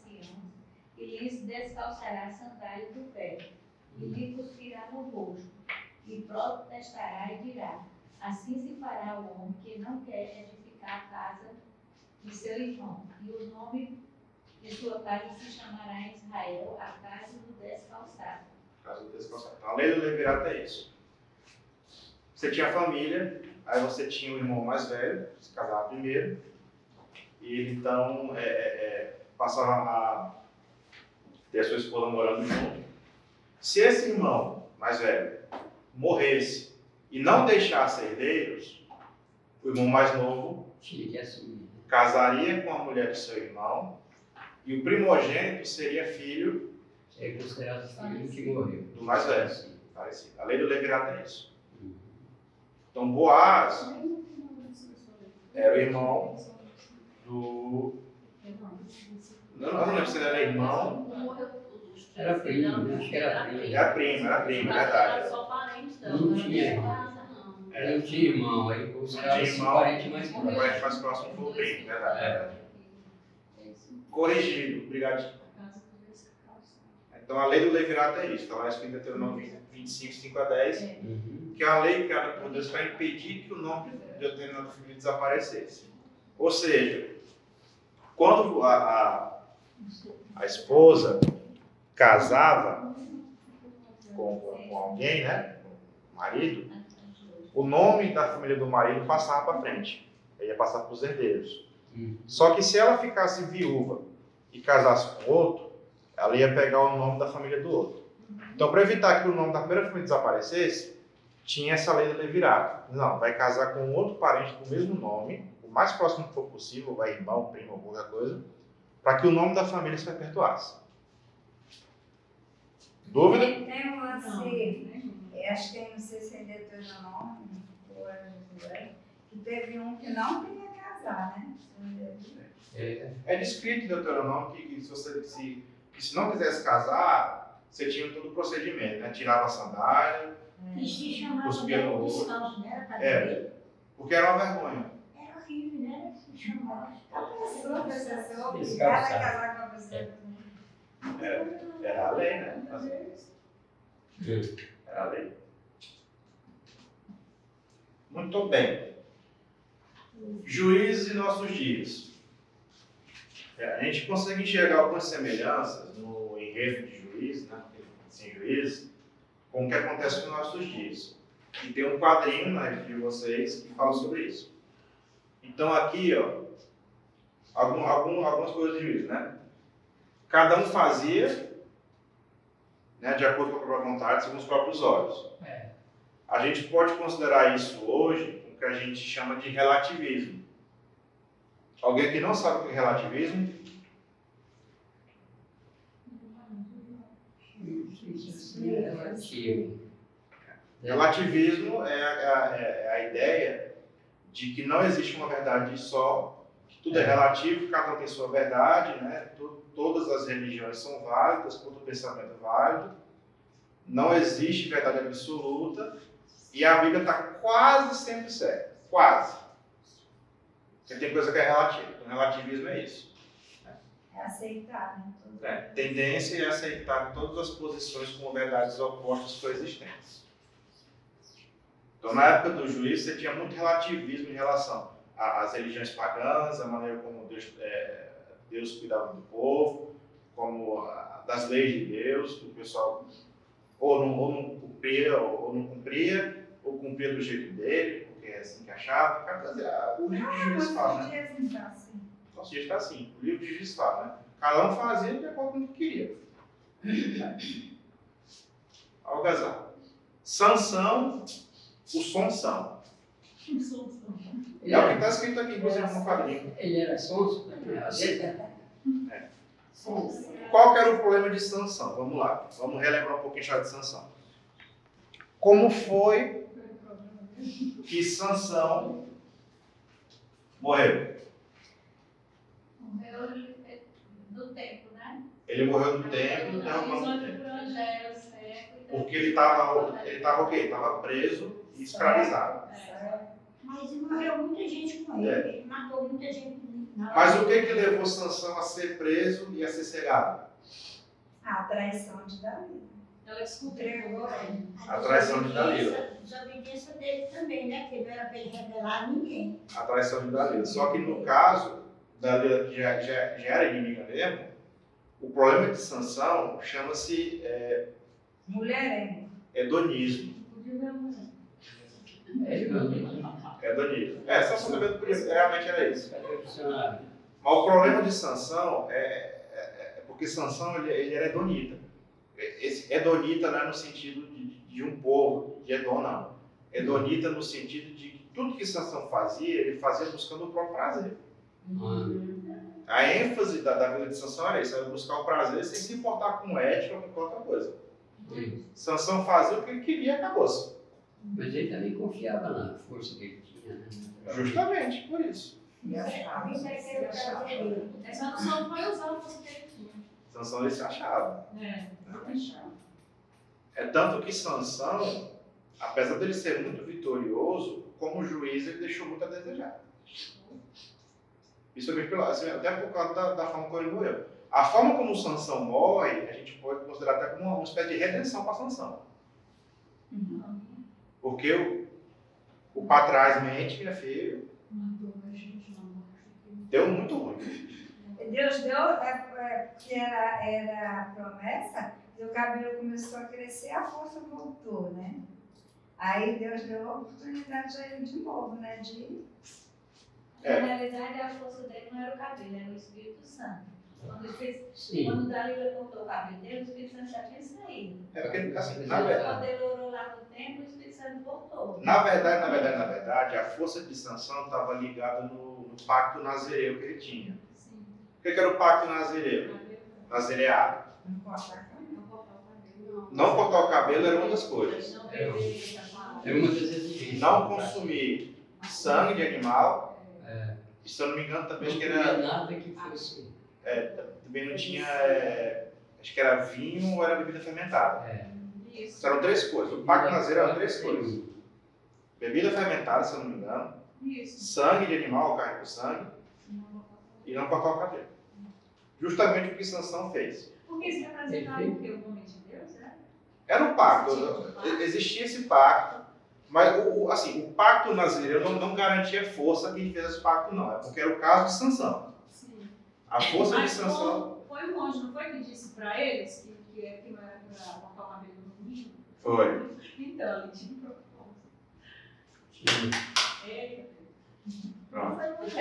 e lhes descalçará a sandália do pé e lhe cuspirá no rosto e protestará e dirá: assim se fará o homem que não quer edificar a casa de seu irmão, e o nome de sua casa se chamará em Israel a casa do descalçado. Casa do descalçado. Então, a lei do levirato é isso. Você tinha família, aí você tinha o irmão mais velho, que se casava primeiro, e ele então passava a ter a sua esposa morando junto. Se esse irmão mais velho morresse e não deixasse herdeiros, o irmão mais novo Tinha que assumir. casaria com a mulher do seu irmão e o primogênito seria filho É considerado filho que morreu. do mais velho. Parecido. A lei do levirato é isso. Então Boaz era o irmão do... Não lembro se ele era irmão. Era primo, acho que era primo. Era primo, verdade. Era só parente dela. Não tinha. É. Não tinha irmão, aí buscava esse irmão. parente mais O próximo. parente mais próximo foi o primo, verdade. Corrigido, obrigado. Então a lei do levirato é isso, está lá escrito em Deuteronômio 25, 5 a 10, que é a lei criada por Deus para impedir que o nome de determinada família desaparecesse. Ou seja, quando a esposa casava com alguém, né, com o marido, o nome da família do marido passava para frente, ele ia passar para os herdeiros. Só que se ela ficasse viúva e casasse com outro, ela ia pegar o nome da família do outro. Então, para evitar que o nome da primeira família desaparecesse, tinha essa lei do levirato. Não, vai casar com outro parente do mesmo nome, o mais próximo que for possível, vai irmão, primo, alguma coisa, para que o nome da família se perpetuasse. Dúvida? Tem um lance, acho que não sei se é Deuteronômio, ou que teve um que não queria casar, né? É descrito em Deuteronômio que se não quisesse casar, você tinha todo o procedimento, né? Tirava a sandália, E se chamava cuspia no rosto. descalço, né? Porque era uma vergonha. Era horrível, né? Se chamava. A pessoa precisa ser obrigada a Descalçar. casar com a pessoa. Era a lei, né? Era a lei. Muito bem. Juízes e nossos dias. A gente consegue enxergar algumas semelhanças no enredo de Juízes, né? Sem Juízes, com o que acontece nos nossos dias. E tem um quadrinho de vocês que fala sobre isso. Então aqui, ó, algumas coisas de Juízes, né? Cada um fazia, né, de acordo com a própria vontade, segundo os próprios olhos. A gente pode considerar isso hoje o que a gente chama de relativismo. Alguém que não sabe o que é relativismo? Isso é relativo. Relativismo é a ideia de que não existe uma verdade só, que tudo é relativo, cada um tem sua verdade, né? Todas as religiões são válidas, todo pensamento é válido, não existe verdade absoluta e a Bíblia está quase sempre certa, quase. Porque tem coisa que é relativa, então relativismo é isso. É aceitar, né? Tendência é aceitar todas as posições como verdades opostas coexistentes. Então, na época do juízo, você tinha muito relativismo em relação às religiões pagãs, a maneira como Deus cuidava do povo, como das leis de Deus, que o pessoal ou não cumpria, ou cumpria do jeito dele, porque é assim que achava. O livro de Juízes fala, né? Nosso dia está assim. O livro de Juízes fala, né? Cada um fazia de acordo com o que queria. Algazar. Sansão, o Sonsão. É o que está escrito aqui, inclusive, no quadrinho. Ele era sonso? Qual que era o problema de Sansão? Vamos lá, vamos relembrar um pouquinho a história de Sansão. Como foi que Sansão morreu? Morreu do tempo, né? Ele morreu do tempo, derrubando o tempo. Porque ele estava o quê? Ele estava preso e escravizado. Mas morreu muita gente com ele, ele matou muita gente. Mas o que levou Sansão a ser preso e a ser cegado? A traição de Davi. Ela descobriu. A traição de Dalila. A desobediência dele também, né? Que não era para ele revelar a ninguém. A traição de Dalila. Só que no caso, Dalila que já era inimiga mesmo, o problema de Sansão chama-se Mulherengo. hedonismo. Hedonismo. Sansão também realmente era isso. Mas o problema de Sansão é porque Sansão ele era hedonita. Esse hedonita não é no sentido de um povo, de Edom, não. Hedonita no sentido de que tudo que Sansão fazia, ele fazia buscando o próprio prazer. A ênfase da vida de Sansão era isso, era buscar o prazer sem se importar com ética ou com qualquer coisa. Sansão fazia o que ele queria e acabou-se. Mas ele também confiava na força que ele tinha, né? Justamente por isso. Sansão foi usar o que ele tinha. Sansão ele se achava. É tanto que Sansão, apesar dele ser muito vitorioso, como juiz ele deixou muito a desejar. Isso até por causa da forma como ele morreu. A forma como Sansão morre, a gente pode considerar até como uma espécie de redenção para Sansão. Porque o para trás mente, minha filha, deu muito ruim. Deus deu, que era a promessa, e o cabelo começou a crescer, a força voltou, né? Aí Deus deu a oportunidade a ele de novo, né? Na realidade, a força dele não era o cabelo, era o Espírito Santo. Quando Dalila cortou o cabelo dele, o Espírito Santo já tinha saído. Porque, assim, Quando ele orou lá no templo, o Espírito Santo voltou. Na verdade, a força de Sansão estava ligada no pacto nazireu que ele tinha. Sim. O que era o pacto nazireu? Nazireado. Não cortar o cabelo era uma das coisas. É uma das exigências. Não consumir sangue de animal. E, se eu não me engano, também acho que era. Nada que fosse. Também não tinha. Acho que era vinho ou era bebida fermentada. Isso. Eram três coisas. O pacto nazireu eram três coisas: bebida fermentada, se eu não me engano, Isso. sangue de animal, carne com sangue, e não cortar o cabelo. Justamente o que Sansão fez. Porque isso representava o quê? O nome de Deus, né? Era um pacto, existia esse pacto, mas o pacto nazireu não garantia força quem fez esse pacto, não. É porque era o caso de Sansão. Sim. A força Mas de Sansão. foi um anjo, não foi que disse para eles que não era para cortar o cabelo no domingo? Foi. Então, ele tinha um propósito. Pronto.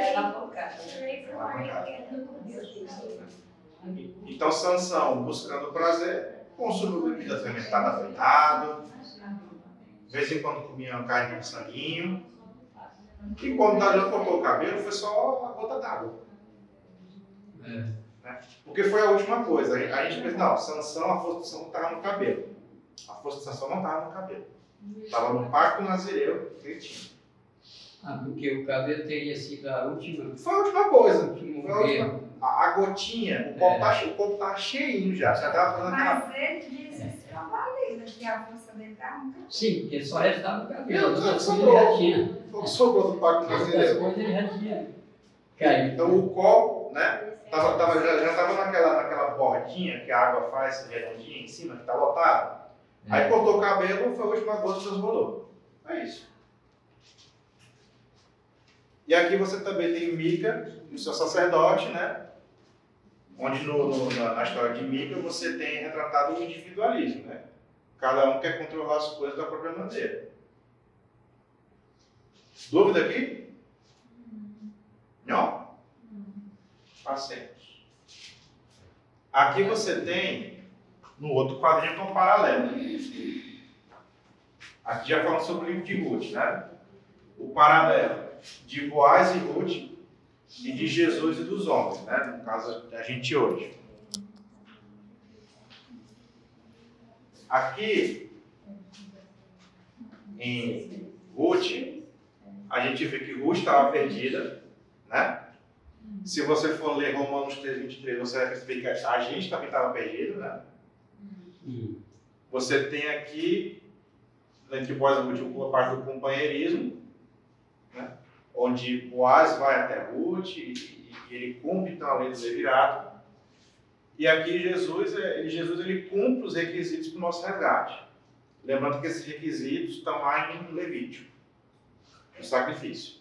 Foi Então Sansão, buscando prazer, consumiu bebida fermentada doidado, De vez em quando comia uma carne com sanguinho. E quando Dalila cortou o cabelo, foi só a gota d'água. Né? Porque foi a última coisa. A gente pensa, não, Sansão, a força de Sansão estava no cabelo. A força de Sansão não estava no cabelo. Estava no pacto nazireu que ele tinha. Porque o cabelo teria sido a última. Foi a última coisa. Último Foi a última. A gotinha, o copo tá cheinho já. Já estava fazendo aquela. Mas ele disse isso pra Dalila, que a força dele estava no cabelo. Sim, porque só restava o cabelo. Não, As sobrou. coisas ele já tinha. Foi o que sobrou do pacto As nazireu. coisas ele já tinha caído. Então o copo, né? Já estava naquela bordinha que a água faz redondinha em cima, que está lotado. Aí cortou o cabelo, foi a última gota que transbordou. É isso. E aqui você também tem Mica, o seu sacerdote, né? Onde na história de Mica você tem retratado o individualismo, né? Cada um quer controlar as coisas da própria maneira. Dúvida aqui? Não? Passemos. Aqui você tem, no outro quadrinho, que é um paralelo. Aqui já falamos sobre o livro de Ruth, né? O paralelo de Boaz e Ruth e de Jesus e dos homens, né? No caso da gente hoje. Aqui, em Ruth, a gente vê que Ruth estava perdida, né? Se você for ler Romanos 3:23, você vai perceber que a gente também estava perdido, né? Você tem aqui, entre Boaz e Ruth, a parte do companheirismo, né? Onde Boaz vai até Ruth e ele cumpre então a lei do levirato. E aqui Jesus ele cumpre os requisitos para o nosso resgate. Lembrando que esses requisitos estão lá em Levítico, no sacrifício.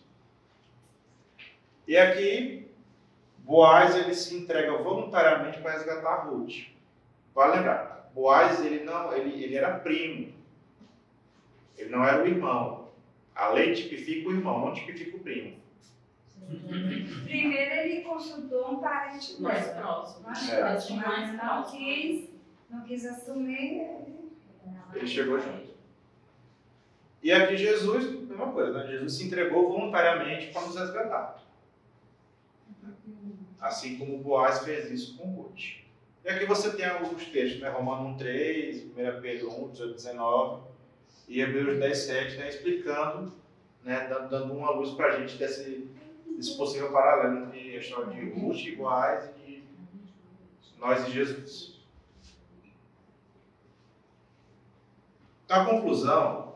E aqui, Boaz ele se entrega voluntariamente para resgatar Ruth. Vale lembrar, Boaz ele era primo, ele não era o irmão. A lei tipifica o irmão, não tipifica o primo. Primeiro ele consultou um parente Mais dela. próximo. Mas Mais não próximo. não quis assumir. Ele chegou junto. E aqui Jesus, mesma coisa, né? Jesus se entregou voluntariamente para nos resgatar. Assim como Boaz fez isso com Ruth. E aqui você tem alguns textos, né? Romanos 3, 1 Pedro 1, 18, 19 e Hebreus 10, 7, né? Explicando, né? Dando uma luz para a gente desse possível paralelo entre a história de Ruth e Boaz e de nós e Jesus. Então a conclusão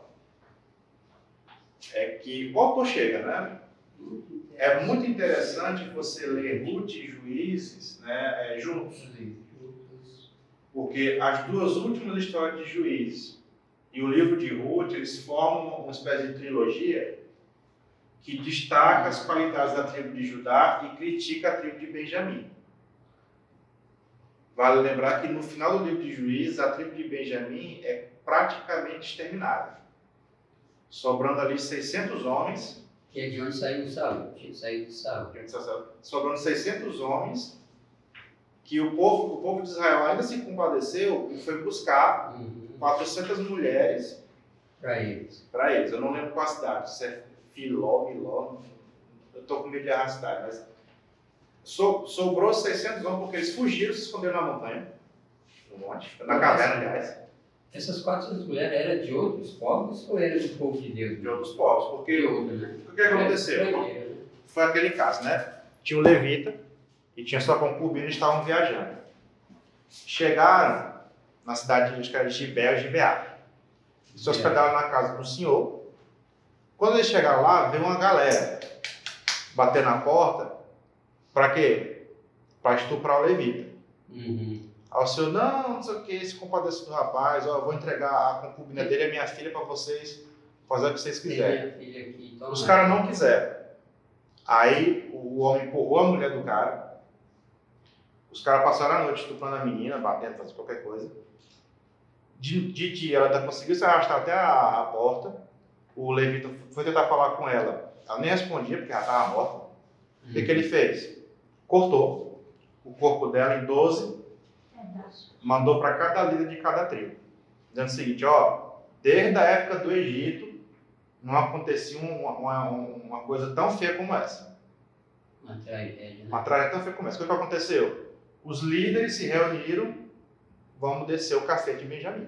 é que o autor chega, né? É muito interessante você ler Ruth e Juízes, né, juntos. Porque as duas últimas histórias de Juízes e o livro de Ruth, eles formam uma espécie de trilogia que destaca as qualidades da tribo de Judá e critica a tribo de Benjamim. Vale lembrar que no final do livro de Juízes, a tribo de Benjamim é praticamente exterminada, sobrando ali 600 homens. Que é de onde saiu o Saul. Tinha saído de Saul. Sobrando 600 homens, que o povo de Israel ainda se compadeceu e foi buscar 400 mulheres para eles. Eu não lembro qual a cidade, se é Miló, eu estou com medo de errar a cidade, mas sobrou 600 homens porque eles fugiram, se esconderam na montanha, no monte, na caverna, aliás. Essas 400 mulheres eram de outros povos ou eram do povo de Deus? De outros povos, porque De outros, né? o que aconteceu? Foi aquele caso, né? Tinha um levita e tinha sua concubina e estavam viajando. Chegaram na cidade de Gibeá. E se hospedaram na casa do senhor. Quando eles chegaram lá, veio uma galera bater na porta. Para quê? Para estuprar o levita. Aí o senhor, não sei o que, se compadece do rapaz, ó, eu vou entregar a concubina dele e a minha filha para vocês fazer o que vocês quiserem. Minha filha aqui, então Os caras não quiseram. Aí o homem empurrou a mulher do cara. Os caras passaram a noite estuprando a menina, batendo, fazendo qualquer coisa. De dia ela ainda conseguiu se arrastar até a porta. O levita foi tentar falar com ela. Ela nem respondia porque ela estava morta. O que ele fez? Cortou o corpo dela em 12, mandou para cada líder de cada tribo. Dizendo o seguinte, ó, Desde a época do Egito, não acontecia uma coisa tão feia como essa. Uma tragédia, né? Uma tragédia tão feia como essa. O que aconteceu? Os líderes se reuniram, vamos descer o café de Benjamim.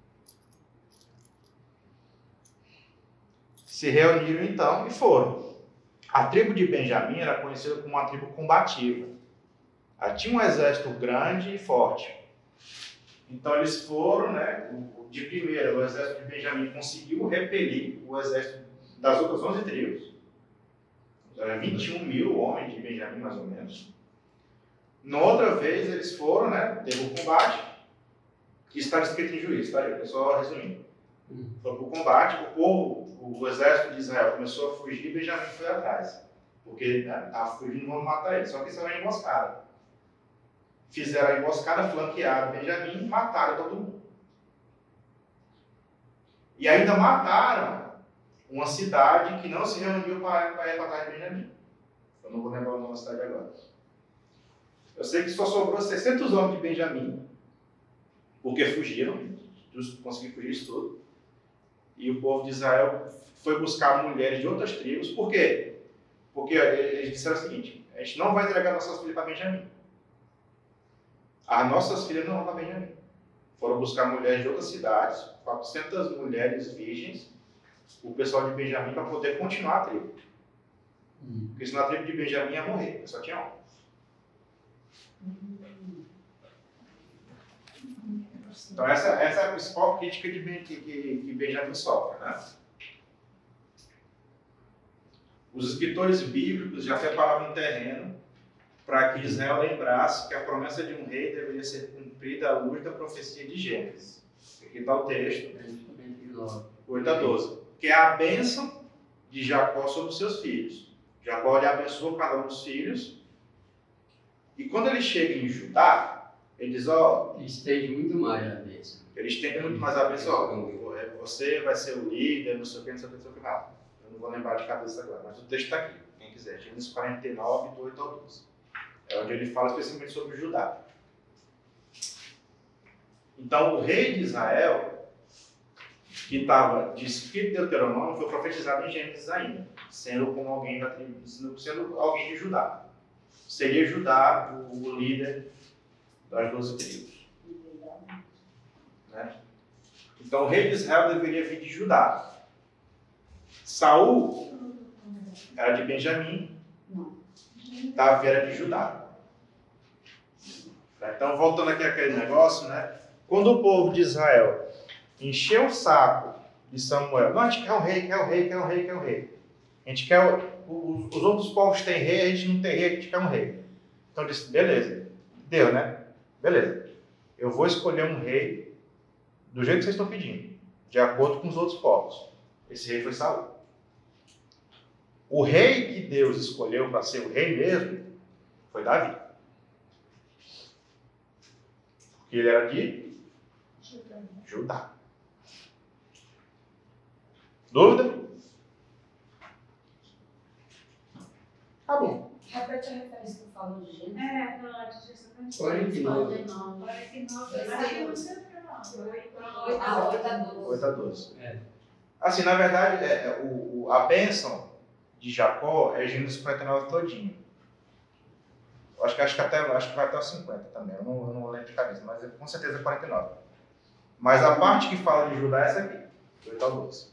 Se reuniram então e foram. A tribo de Benjamim era conhecida como uma tribo combativa. Ela tinha um exército grande e forte. Então eles foram, né? De primeira, o exército de Benjamim conseguiu repelir o exército das outras 11 tribos. Era 21 mil homens de Benjamim, mais ou menos. Na outra vez, eles foram, né? Teve o combate. Isso está escrito em Juízes, tá aí, pessoal, resumindo. Foi para o combate, o exército de Israel começou a fugir e Benjamim foi atrás. Porque estava fugindo, vamos matar ele. Só que isso era uma emboscada. Fizeram a emboscada, flanquearam Benjamim e mataram todo mundo. E ainda mataram uma cidade que não se reuniu para ir para trás de Benjamim. Eu não vou lembrar o nome da cidade agora. Eu sei que só sobrou 600 homens de Benjamim, porque fugiram, conseguiram fugir isso tudo. E o povo de Israel foi buscar mulheres de outras tribos. Por quê? Porque eles disseram o seguinte: a gente não vai entregar nossas filhas para Benjamim. As nossas filhas não vão para Benjamim. Foram buscar mulheres de outras cidades, 400 mulheres virgens, o pessoal de Benjamim, para poder continuar a tribo. Porque senão a tribo de Benjamim ia morrer, só tinha homem. Então essa é a principal crítica que Benjamim sofre, né? Os escritores bíblicos já preparavam um terreno para que Israel lembrasse que a promessa de um rei deveria ser cumprida à luz da profecia de Gênesis. Aqui está o texto, 8-12, que é a bênção de Jacó sobre os seus filhos. Jacó lhe abençoou cada um dos filhos, e quando ele chega em Judá, ele diz, Ele estende muito mais a bênção. Ele estende muito mais a bênção, você vai ser o líder, não sei o que, não sei o que, não sei o que. Eu não vou lembrar de cabeça agora, mas o texto está aqui, quem quiser, Gênesis 49, do 8-12. É onde ele fala especialmente sobre Judá. Então, o rei de Israel, que estava descrito em Deuteronômio, foi profetizado em Gênesis ainda, sendo como alguém da tribo, sendo alguém de Judá. Seria Judá o líder das 12 tribos. Né? Então, o rei de Israel deveria vir de Judá. Saul era de Benjamim, Davi era de Judá. Então, voltando aqui àquele negócio, né? Quando o povo de Israel encheu o saco de Samuel, não, a gente quer um rei, quer um rei, quer um rei, quer um rei. A gente quer, os outros povos têm rei, a gente não tem rei, a gente quer um rei. Então, disse, beleza, deu, né? Beleza, eu vou escolher um rei do jeito que vocês estão pedindo, de acordo com os outros povos. Esse rei foi Saul. O rei que Deus escolheu para ser o rei mesmo foi Davi. Porque ele era de Judá. Dúvida? Tá bom. Repete a referência que tu falou de Gênesis. Não, de Jesus. 49. 8-12. É. Assim, na verdade, a bênção de Jacó é Gênesis 49 todinho. Acho que vai até os 50 também. Eu não lembro de cabeça, mas com certeza é 49. Mas a parte que fala de Judá é essa aqui, 8-12.